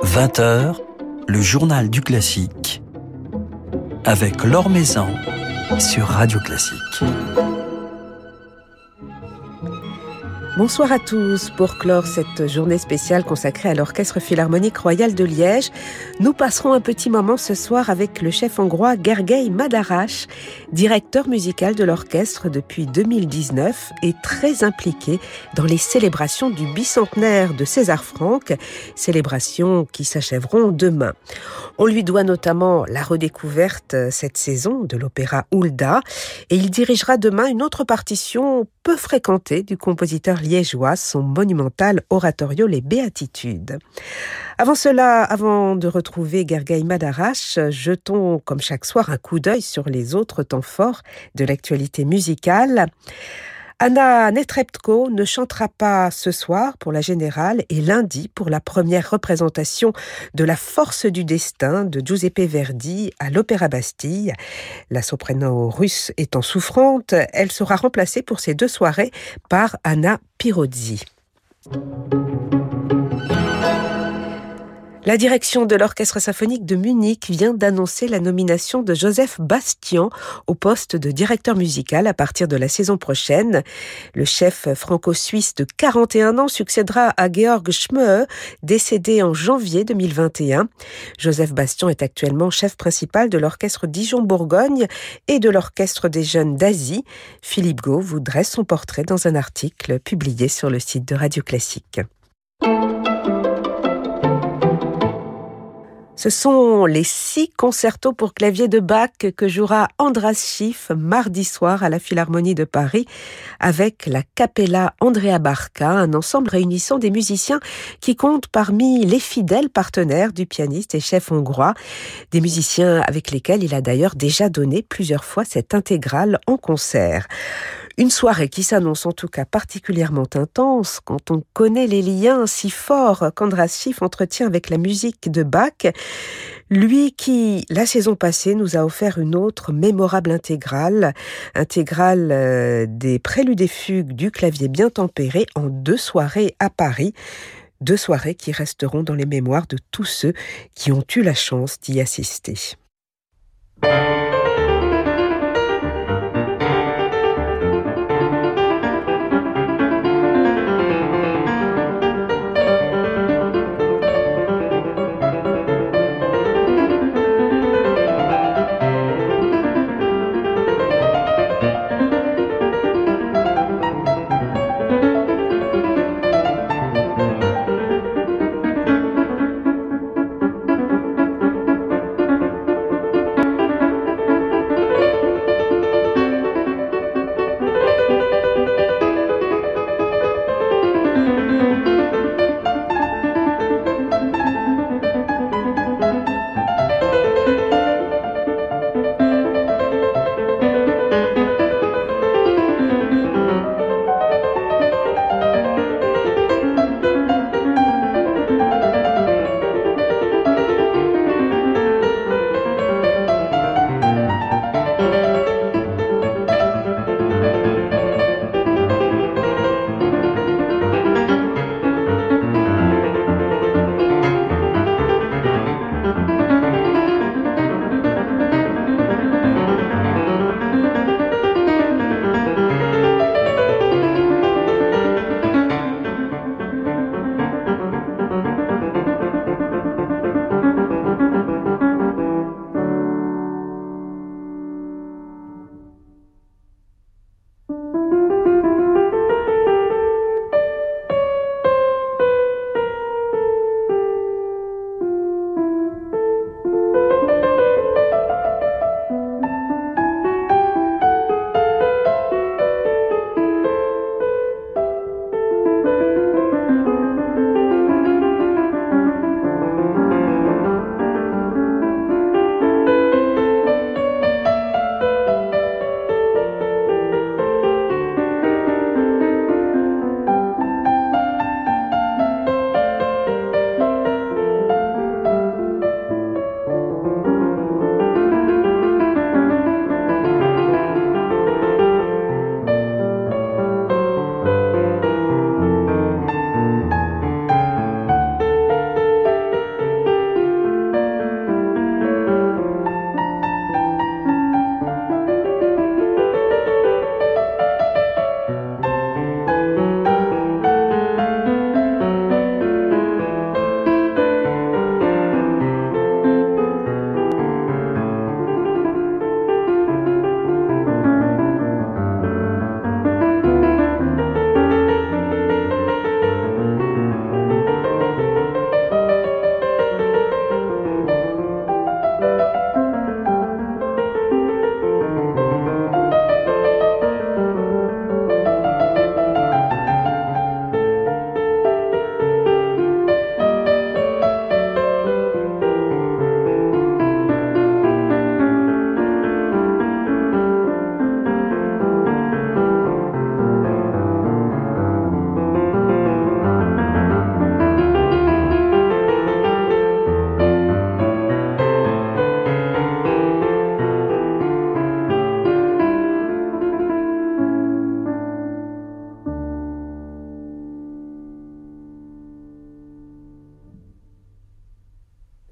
20h, le journal du classique avec Laure Maison sur Radio Classique. Bonsoir à tous. Pour clore cette journée spéciale consacrée à l'Orchestre Philharmonique Royal de Liège, nous passerons un petit moment ce soir avec le chef hongrois Gergely Madarash, directeur musical de l'orchestre depuis 2019 et très impliqué dans les célébrations du bicentenaire de César Franck, célébrations qui s'achèveront demain. On lui doit notamment la redécouverte cette saison de l'opéra Hulda et il dirigera demain une autre partition peu fréquentée du compositeur liégeois, son monumental oratorio Les Béatitudes. Avant cela, avant de retrouver Gergely Madarash, jetons comme chaque soir un coup d'œil sur les autres temps forts de l'actualité musicale. Anna Netrebko ne chantera pas ce soir pour la Générale et lundi pour la première représentation de La Force du Destin de Giuseppe Verdi à l'Opéra Bastille. La soprano russe étant souffrante, elle sera remplacée pour ces deux soirées par Anna Pirozzi. La direction de l'Orchestre symphonique de Munich vient d'annoncer la nomination de Joseph Bastian au poste de directeur musical à partir de la saison prochaine. Le chef franco-suisse de 41 ans succédera à Georg Schmöhe, décédé en janvier 2021. Joseph Bastian est actuellement chef principal de l'Orchestre Dijon-Bourgogne et de l'Orchestre des Jeunes d'Asie. Philippe Gau vous dresse son portrait dans un article publié sur le site de Radio Classique. Ce sont les 6 concertos pour clavier de Bach que jouera Andras Schiff mardi soir à la Philharmonie de Paris avec la Capella Andrea Barca, un ensemble réunissant des musiciens qui comptent parmi les fidèles partenaires du pianiste et chef hongrois, des musiciens avec lesquels il a d'ailleurs déjà donné plusieurs fois cette intégrale en concert. Une soirée qui s'annonce en tout cas particulièrement intense quand on connaît les liens si forts qu'Andras Schiff entretient avec la musique de Bach, lui qui, la saison passée, nous a offert une autre mémorable intégrale des préludes et fugues du clavier bien tempéré en 2 soirées à Paris. 2 soirées qui resteront dans les mémoires de tous ceux qui ont eu la chance d'y assister.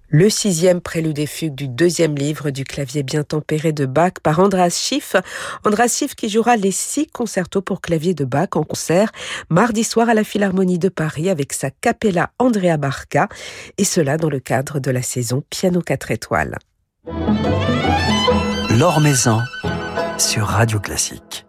Le 6e prélude et fugue du 2e livre du clavier bien tempéré de Bach par Andras Schiff. Andras Schiff qui jouera les 6 concertos pour clavier de Bach en concert mardi soir à la Philharmonie de Paris avec sa Capella Andrea Barca, et cela dans le cadre de la saison Piano 4 étoiles. Laure Maison sur Radio Classique.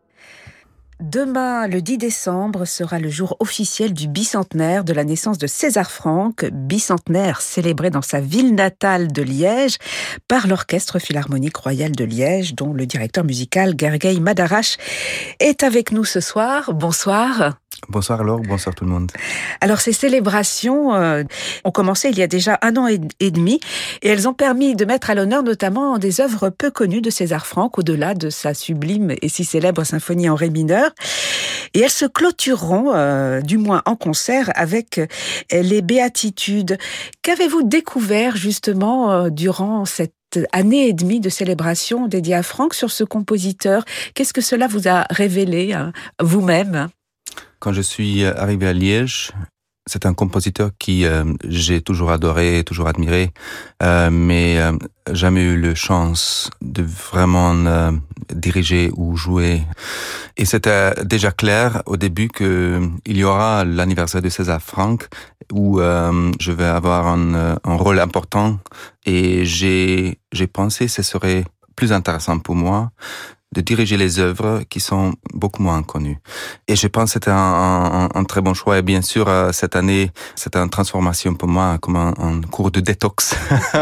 Demain, le 10 décembre, sera le jour officiel du bicentenaire de la naissance de César Franck, bicentenaire célébré dans sa ville natale de Liège par l'Orchestre Philharmonique Royal de Liège, dont le directeur musical Gergely Madarash est avec nous ce soir. Bonsoir. Bonsoir Laure, bonsoir tout le monde. Alors ces célébrations ont commencé il y a déjà 1 an et demi et elles ont permis de mettre à l'honneur notamment des œuvres peu connues de César Franck au-delà de sa sublime et si célèbre symphonie en ré mineur. Et elles se clôtureront, du moins en concert, avec les Béatitudes. Qu'avez-vous découvert justement durant cette année et demie de célébration dédiée à Franck sur ce compositeur? Qu'est-ce que cela vous a révélé vous-même? Quand je suis arrivé à Liège, c'est un compositeur qui j'ai toujours adoré, toujours admiré, mais jamais eu la chance de vraiment diriger ou jouer. Et c'était déjà clair au début que il y aura l'anniversaire de César Franck où je vais avoir un rôle important. Et j'ai pensé que ce serait plus intéressant pour moi de diriger les œuvres qui sont beaucoup moins connues. Et je pense que c'était un très bon choix. Et bien sûr, cette année, c'était une transformation pour moi, comme un cours de détox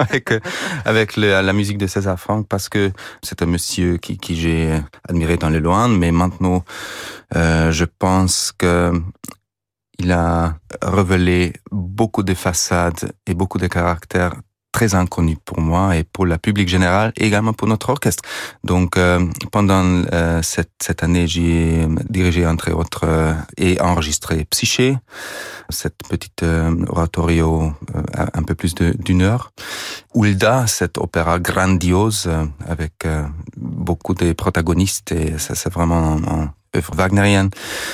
avec la musique de César Franck, parce que c'est un monsieur qui j'ai admiré dans le loin, mais maintenant, je pense que il a révélé beaucoup de façades et beaucoup de caractères très inconnu pour moi et pour le public général et également pour notre orchestre. Donc pendant cette année, j'ai dirigé entre autres et enregistré Psyché, cette petite oratorio un peu plus d'une heure. Hulda, cette opéra grandiose avec beaucoup de protagonistes, et ça c'est vraiment œuvre wagnérienne.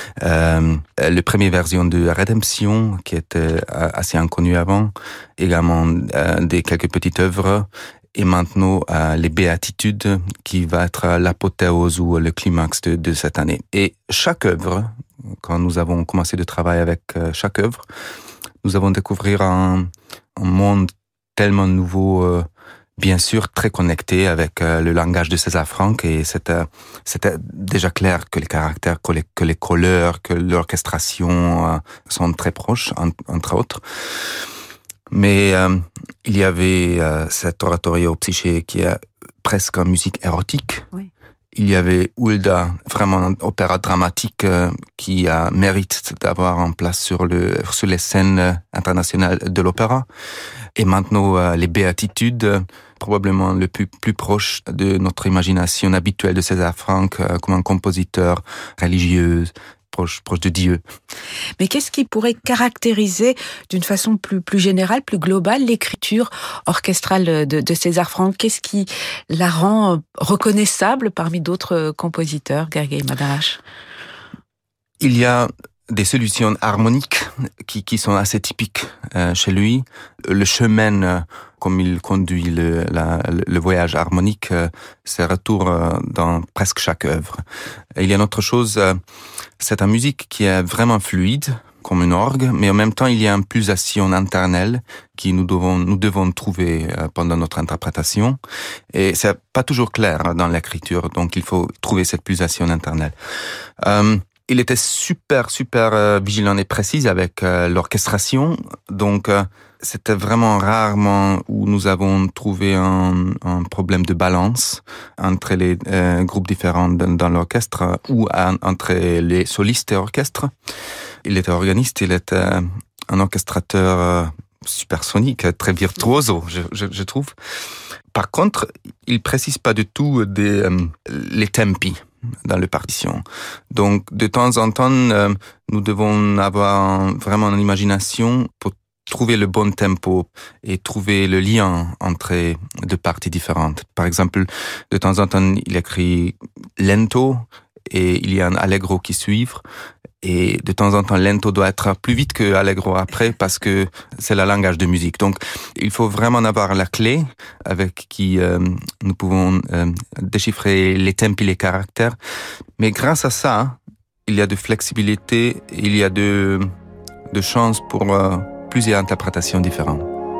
La première version de Rédemption, qui était assez inconnue avant, également quelques petites œuvres, et maintenant les Béatitudes, qui va être l'apothéose ou le climax de cette année. Et chaque œuvre, quand nous avons commencé de travailler avec chaque œuvre, nous avons découvert un monde tellement nouveau, bien sûr très connecté avec le langage de César Franck, et c'était déjà clair que les caractères, que les couleurs, que l'orchestration sont très proches, entre autres. Mais il y avait cet oratorio Psyché qui est presque en musique érotique. Oui. Il y avait Hulda, vraiment un opéra dramatique qui mérite d'avoir en place sur les scènes internationales de l'opéra. Et maintenant, les Béatitudes, probablement le plus proche de notre imagination habituelle de César Franck comme un compositeur religieux, proche de Dieu. Mais qu'est-ce qui pourrait caractériser d'une façon plus générale, plus globale, l'écriture orchestrale de César Franck? Qu'est-ce qui la rend reconnaissable parmi d'autres compositeurs, Gergely Madarash? Il y a des solutions harmoniques qui sont assez typiques chez lui. Le chemin, comme il conduit le voyage harmonique, se retrouve dans presque chaque œuvre. Et il y a une autre chose, c'est une musique qui est vraiment fluide, comme une orgue, mais en même temps, il y a une pulsation interne que nous devons trouver pendant notre interprétation. Et c'est pas toujours clair dans l'écriture, donc il faut trouver cette pulsation interne. Il était super vigilant et précis avec l'orchestration, donc c'était vraiment rarement où nous avons trouvé un problème de balance entre les groupes différents dans l'orchestre ou entre les solistes et orchestres. Il était organiste, il était un orchestrateur supersonique, très virtuoso, je trouve. Par contre, il précise pas du tout les tempi dans les partitions. Donc, de temps en temps, nous devons avoir vraiment une imagination pour trouver le bon tempo et trouver le lien entre deux parties différentes. Par exemple, de temps en temps, il écrit lento et il y a un allegro qui suit. Et de temps en temps, lento doit être plus vite que allegro après parce que c'est le langage de musique. Donc, il faut vraiment avoir la clé avec qui nous pouvons déchiffrer les tempos et les caractères. Mais grâce à ça, il y a de flexibilité, il y a de chances pour plusieurs interprétations différentes.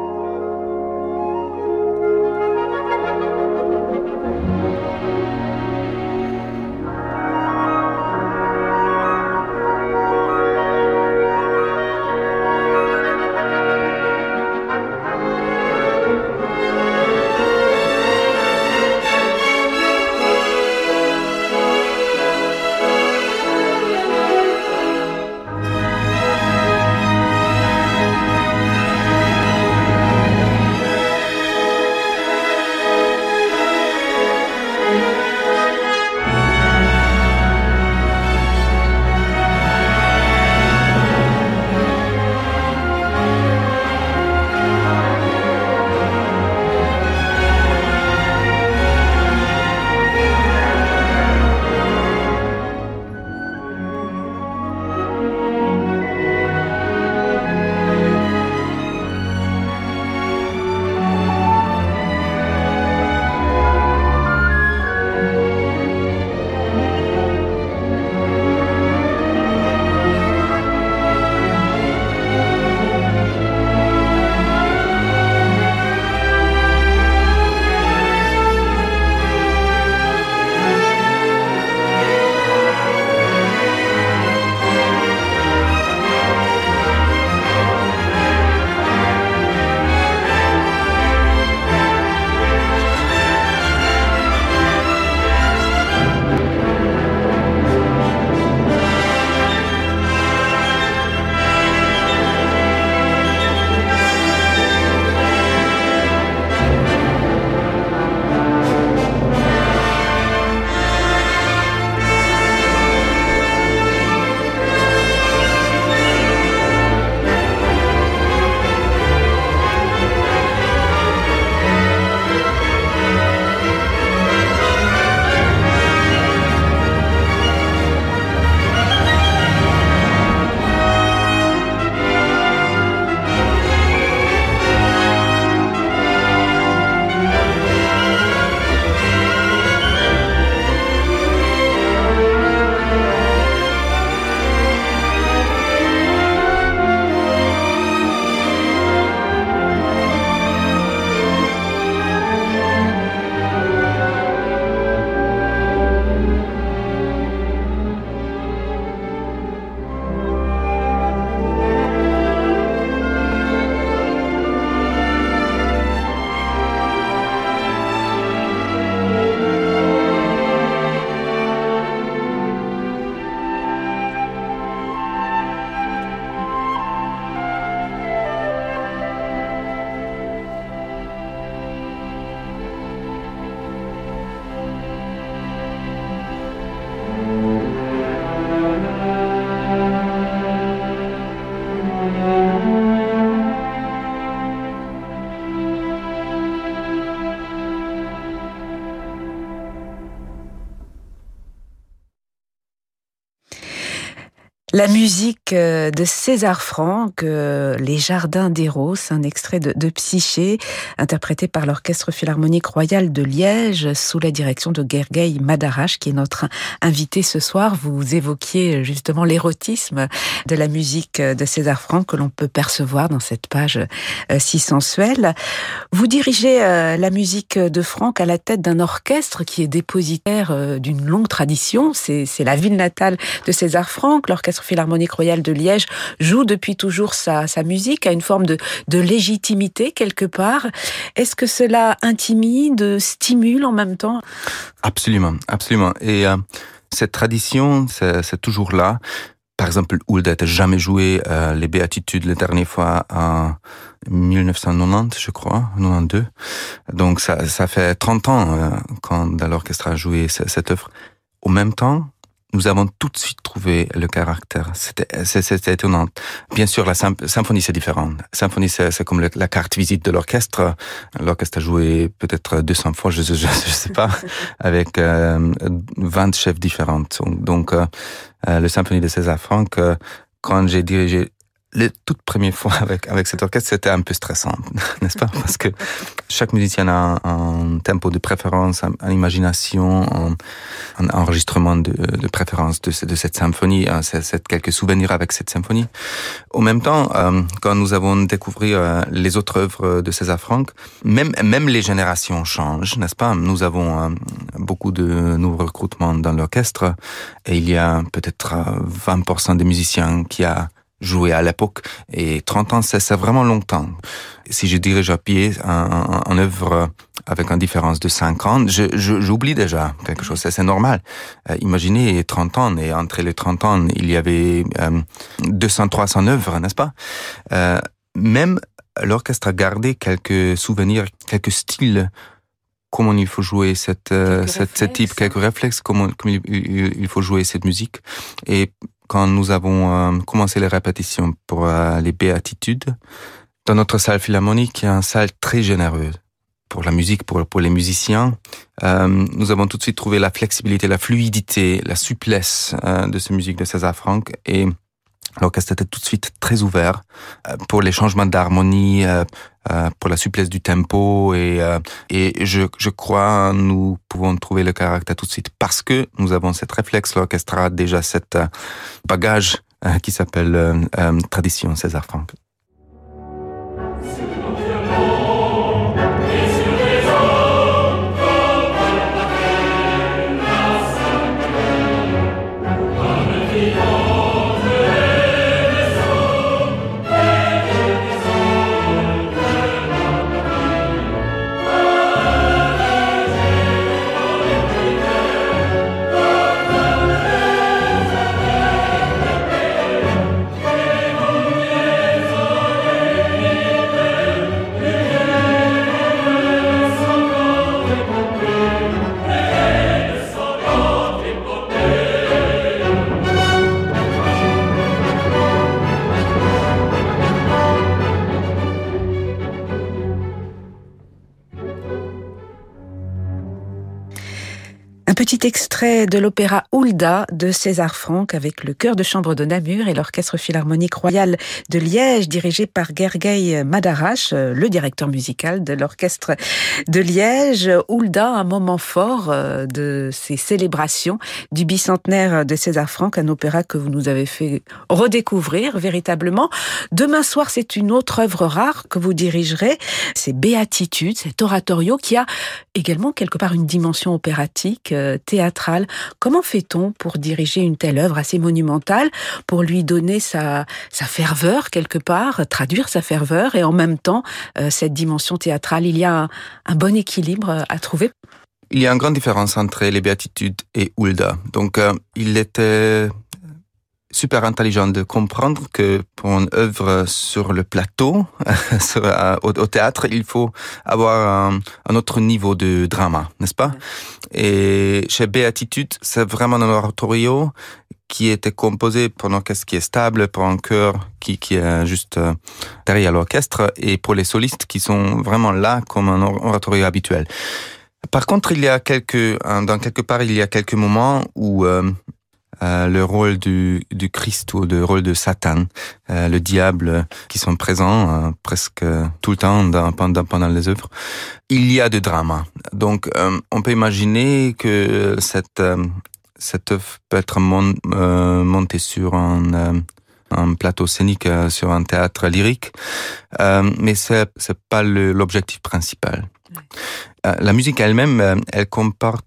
La musique de César Franck, Les Jardins d'Eros, un extrait de Psyché, interprété par l'Orchestre Philharmonique Royal de Liège, sous la direction de Gergely Madarash, qui est notre invité ce soir. Vous évoquiez justement l'érotisme de la musique de César Franck que l'on peut percevoir dans cette page si sensuelle. Vous dirigez la musique de Franck à la tête d'un orchestre qui est dépositaire d'une longue tradition. C'est la ville natale de César Franck. L'Orchestre Philharmonique Royal de Liège joue depuis toujours sa musique, à une forme de légitimité quelque part. Est-ce que cela intimide, stimule en même temps ? Absolument, absolument. Et cette tradition, c'est toujours là. Par exemple, Hulda n'a jamais joué les Béatitudes la dernière fois en 1990, je crois, 92. Donc ça fait 30 ans quand l'orchestre a joué cette œuvre. Au même temps, nous avons tout de suite trouvé le caractère. C'était étonnant. Bien sûr, la symphonie, c'est différent. La symphonie, c'est comme la carte visite de l'orchestre. L'orchestre a joué peut-être 200 fois, je sais pas, avec 20 chefs différents. Donc, le symphonie de César Franck, quand j'ai dirigé les toutes premières fois avec cet orchestre, c'était un peu stressant, n'est-ce pas? Parce que chaque musicien a un tempo de préférence, une imagination, un enregistrement de préférence de cette symphonie, quelques souvenirs avec cette symphonie. En même temps, quand nous avons découvert les autres œuvres de César Franck, même les générations changent, n'est-ce pas? Nous avons beaucoup de nouveaux recrutements dans l'orchestre et il y a peut-être 20% des musiciens qui a joué à l'époque, et 30 ans, c'est vraiment longtemps. Si je dirige à pied en œuvre avec une différence de 5 ans, j'oublie déjà quelque chose, c'est normal. Imaginez 30 ans, et entre les 30 ans, il y avait 200-300 œuvres, n'est-ce pas? Même l'orchestre a gardé quelques souvenirs, quelques styles, comment il faut jouer ce type, quelques réflexes, comment il faut jouer cette musique. Et quand nous avons commencé les répétitions pour les béatitudes, dans notre salle philharmonique, il y a une salle très généreuse pour la musique, pour les musiciens. Nous avons tout de suite trouvé la flexibilité, la fluidité, la souplesse de cette musique de César Franck, et l'orchestre était tout de suite très ouvert pour les changements d'harmonie, pour la souplesse du tempo, et je crois nous pouvons trouver le caractère tout de suite parce que nous avons cette réflexe. L'orchestre a déjà cette bagage qui s'appelle tradition César Franck. Un petit extrait de l'opéra Hulda de César Franck avec le chœur de chambre de Namur et l'orchestre philharmonique royal de Liège dirigé par Gergely Madarash, le directeur musical de l'orchestre de Liège. Hulda, un moment fort de ces célébrations du bicentenaire de César Franck, un opéra que vous nous avez fait redécouvrir véritablement. Demain soir, c'est une autre œuvre rare que vous dirigerez, c'est Béatitudes, cet oratorio qui a également quelque part une dimension opératique, théâtrale. Comment fait-on pour diriger une telle œuvre assez monumentale, pour lui donner sa ferveur quelque part, traduire sa ferveur et en même temps cette dimension théâtrale? Il y a un bon équilibre à trouver. Il y a une grande différence entre les Béatitudes et Hulda. Donc, il était super intelligent de comprendre que pour une œuvre sur le plateau, au théâtre, il faut avoir un autre niveau de drama, n'est-ce pas? Et chez Béatitude, c'est vraiment un oratorio qui était composé pour un orchestre qui est stable, pour un chœur qui est juste derrière l'orchestre, et pour les solistes qui sont vraiment là comme un oratorio habituel. Par contre, dans quelque part, il y a quelques moments où le rôle du Christ ou le rôle de Satan, le diable, qui sont présents presque tout le temps pendant les œuvres. Il y a de drama. Donc, on peut imaginer que cette œuvre peut être montée sur un plateau scénique, sur un théâtre lyrique, mais c'est pas l'objectif principal. La musique elle-même, elle comporte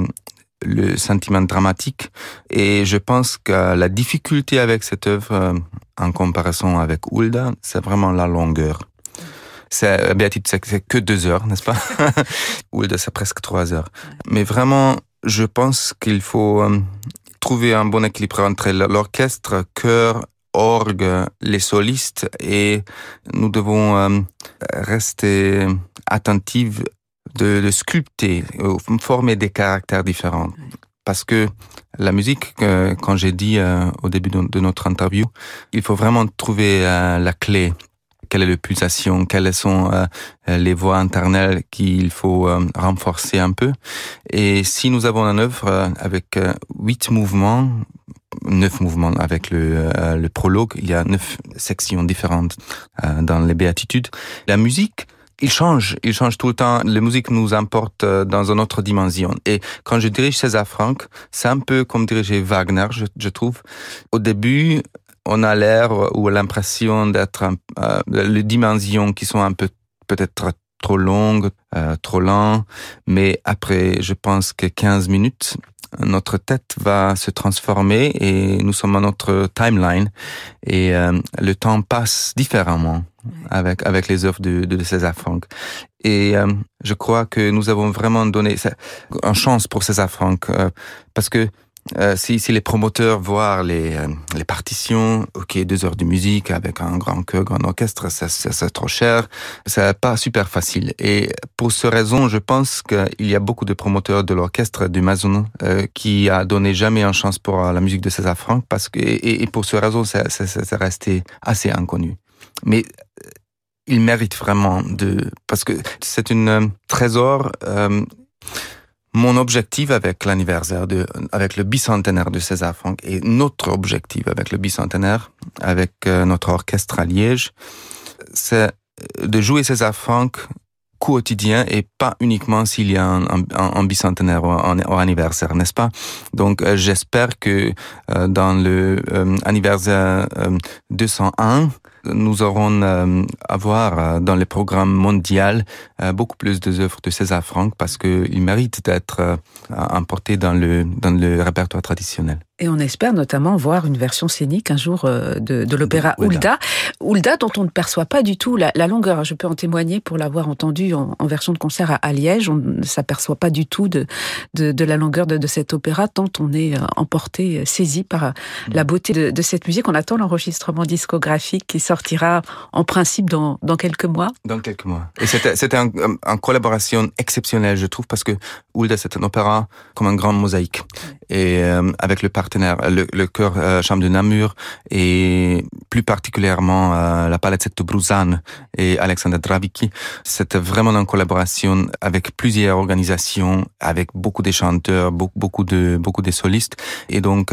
le sentiment dramatique, et je pense que la difficulté avec cette œuvre, en comparaison avec Hulda, c'est vraiment la longueur. Béatitude, c'est que 2 heures, n'est-ce pas? Hulda, c'est presque 3 heures. Mais vraiment, je pense qu'il faut trouver un bon équilibre entre l'orchestre, chœur, orgue, les solistes, et nous devons rester attentifs de sculpter, former des caractères différents. Parce que la musique, quand j'ai dit au début de notre interview, il faut vraiment trouver la clé quelle est la pulsation, quelles sont les voix internelles qu'il faut renforcer un peu. Et si nous avons une œuvre avec 8 mouvements, 9 mouvements avec le prologue, il y a 9 sections différentes dans les béatitudes. La musique, il change tout le temps. La musique nous emporte dans une autre dimension. Et quand je dirige César Franck, c'est un peu comme diriger Wagner, je trouve. Au début, on a l'air ou l'impression d'être les dimensions qui sont un peu peut-être trop longues, trop lentes. Mais après, je pense que 15 minutes, notre tête va se transformer et nous sommes à notre timeline et le temps passe différemment avec les œuvres de César Franck. Et je crois que nous avons vraiment donné une chance pour César Franck parce que si les promoteurs voient les partitions, 2 heures de musique avec un grand chœur, grand orchestre, c'est trop cher, c'est pas super facile. Et pour cette raison, je pense qu'il y a beaucoup de promoteurs de l'orchestre du Maison qui a donné jamais une chance pour la musique de César Franck parce que et pour cette raison, c'est resté assez inconnu. Mais il mérite vraiment parce que c'est une trésor. Mon objectif avec l'anniversaire avec le bicentenaire de César Franck et notre objectif avec le bicentenaire, avec notre orchestre à Liège, c'est de jouer César Franck quotidien et pas uniquement s'il y a un bicentenaire ou un anniversaire, n'est-ce pas? Donc, j'espère que dans le anniversaire 201, nous aurons avoir dans le programme mondial beaucoup plus d'œuvres de César Franck parce qu'il mérite d'être importé dans le répertoire traditionnel. Et on espère notamment voir une version scénique un jour de l'opéra Hulda. Hulda dont on ne perçoit pas du tout la longueur. Je peux en témoigner pour l'avoir entendu en version de concert à Liège. On ne s'aperçoit pas du tout de la longueur de cet opéra tant on est emporté, saisi par la beauté de cette musique. On attend l'enregistrement discographique qui sortira en principe dans quelques mois. Dans quelques mois. Et c'était une collaboration exceptionnelle, je trouve, parce que Hulda, c'est un opéra comme un grand mosaïque. Et avec le partenaire, le chœur Chambre de Namur et plus particulièrement la Palazzetto Bruzane et Alexandre Dravicki, c'était vraiment une collaboration avec plusieurs organisations, avec beaucoup de chanteurs, beaucoup de solistes. Et donc,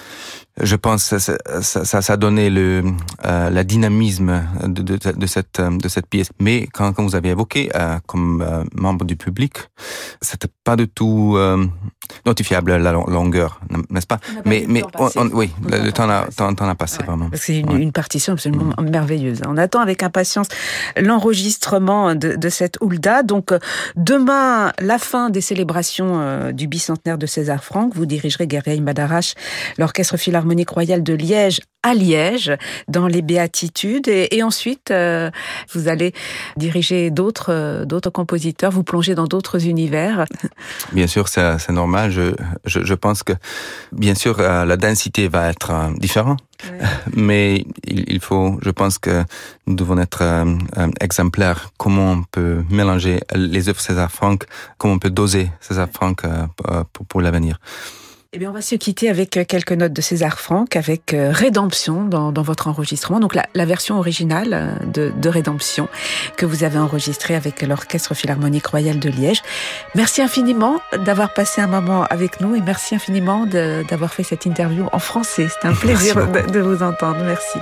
je pense que ça a donné la dynamisme de cette pièce. Mais quand vous avez évoqué comme membre du public, c'était pas du tout notifiable la longueur, n'est-ce pas? Mais oui, le temps a passé vraiment. C'est une partition absolument merveilleuse. On attend avec impatience l'enregistrement de cette Hulda. Donc demain, la fin des célébrations du bicentenaire de César Franck. Vous dirigerez Gergely Madarash, l'Orchestre Philharmonique Royal de Liège à Liège, dans les Béatitudes. Et ensuite, vous allez diriger d'autres compositeurs, vous plonger dans d'autres univers. Bien sûr, c'est normal. Je pense que, bien sûr, la densité va être différente. Ouais. Mais il faut, je pense que nous devons être exemplaires. Comment on peut mélanger les œuvres César Franck, comment on peut doser César Franck pour l'avenir. Eh bien, on va se quitter avec quelques notes de César Franck, avec Rédemption dans votre enregistrement. Donc, la version originale de Rédemption que vous avez enregistrée avec l'Orchestre Philharmonique Royal de Liège. Merci infiniment d'avoir passé un moment avec nous et merci infiniment d'avoir fait cette interview en français. C'était un plaisir de vous entendre. Merci.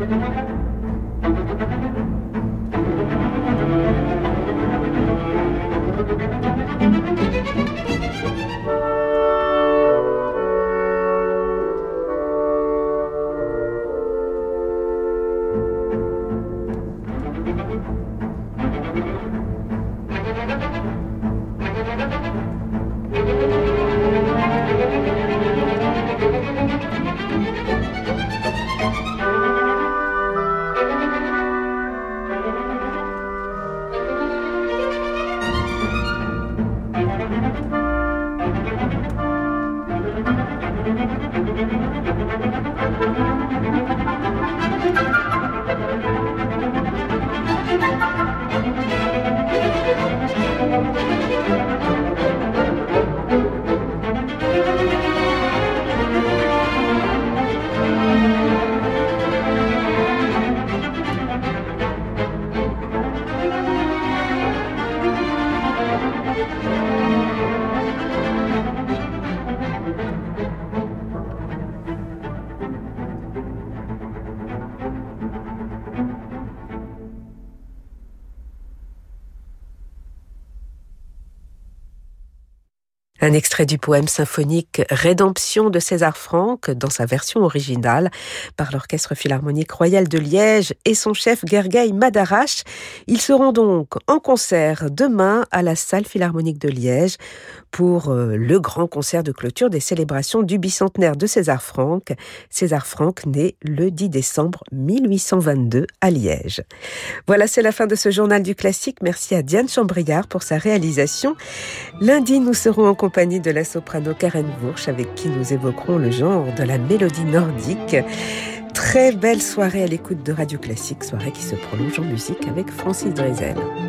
Un extrait du poème symphonique Rédemption de César Franck dans sa version originale par l'Orchestre Philharmonique Royal de Liège et son chef Gergely Madarash. Ils seront donc en concert demain à la Salle Philharmonique de Liège pour le grand concert de clôture des célébrations du bicentenaire de César Franck. César Franck né le 10 décembre 1822 à Liège. Voilà, c'est la fin de ce journal du classique. Merci à Diane Chambriard pour sa réalisation. Lundi, nous serons en compagnie de la soprano Karen Wursch avec qui nous évoquerons le genre de la mélodie nordique. Très belle soirée à l'écoute de Radio Classique, soirée qui se prolonge en musique avec Francis Drezel.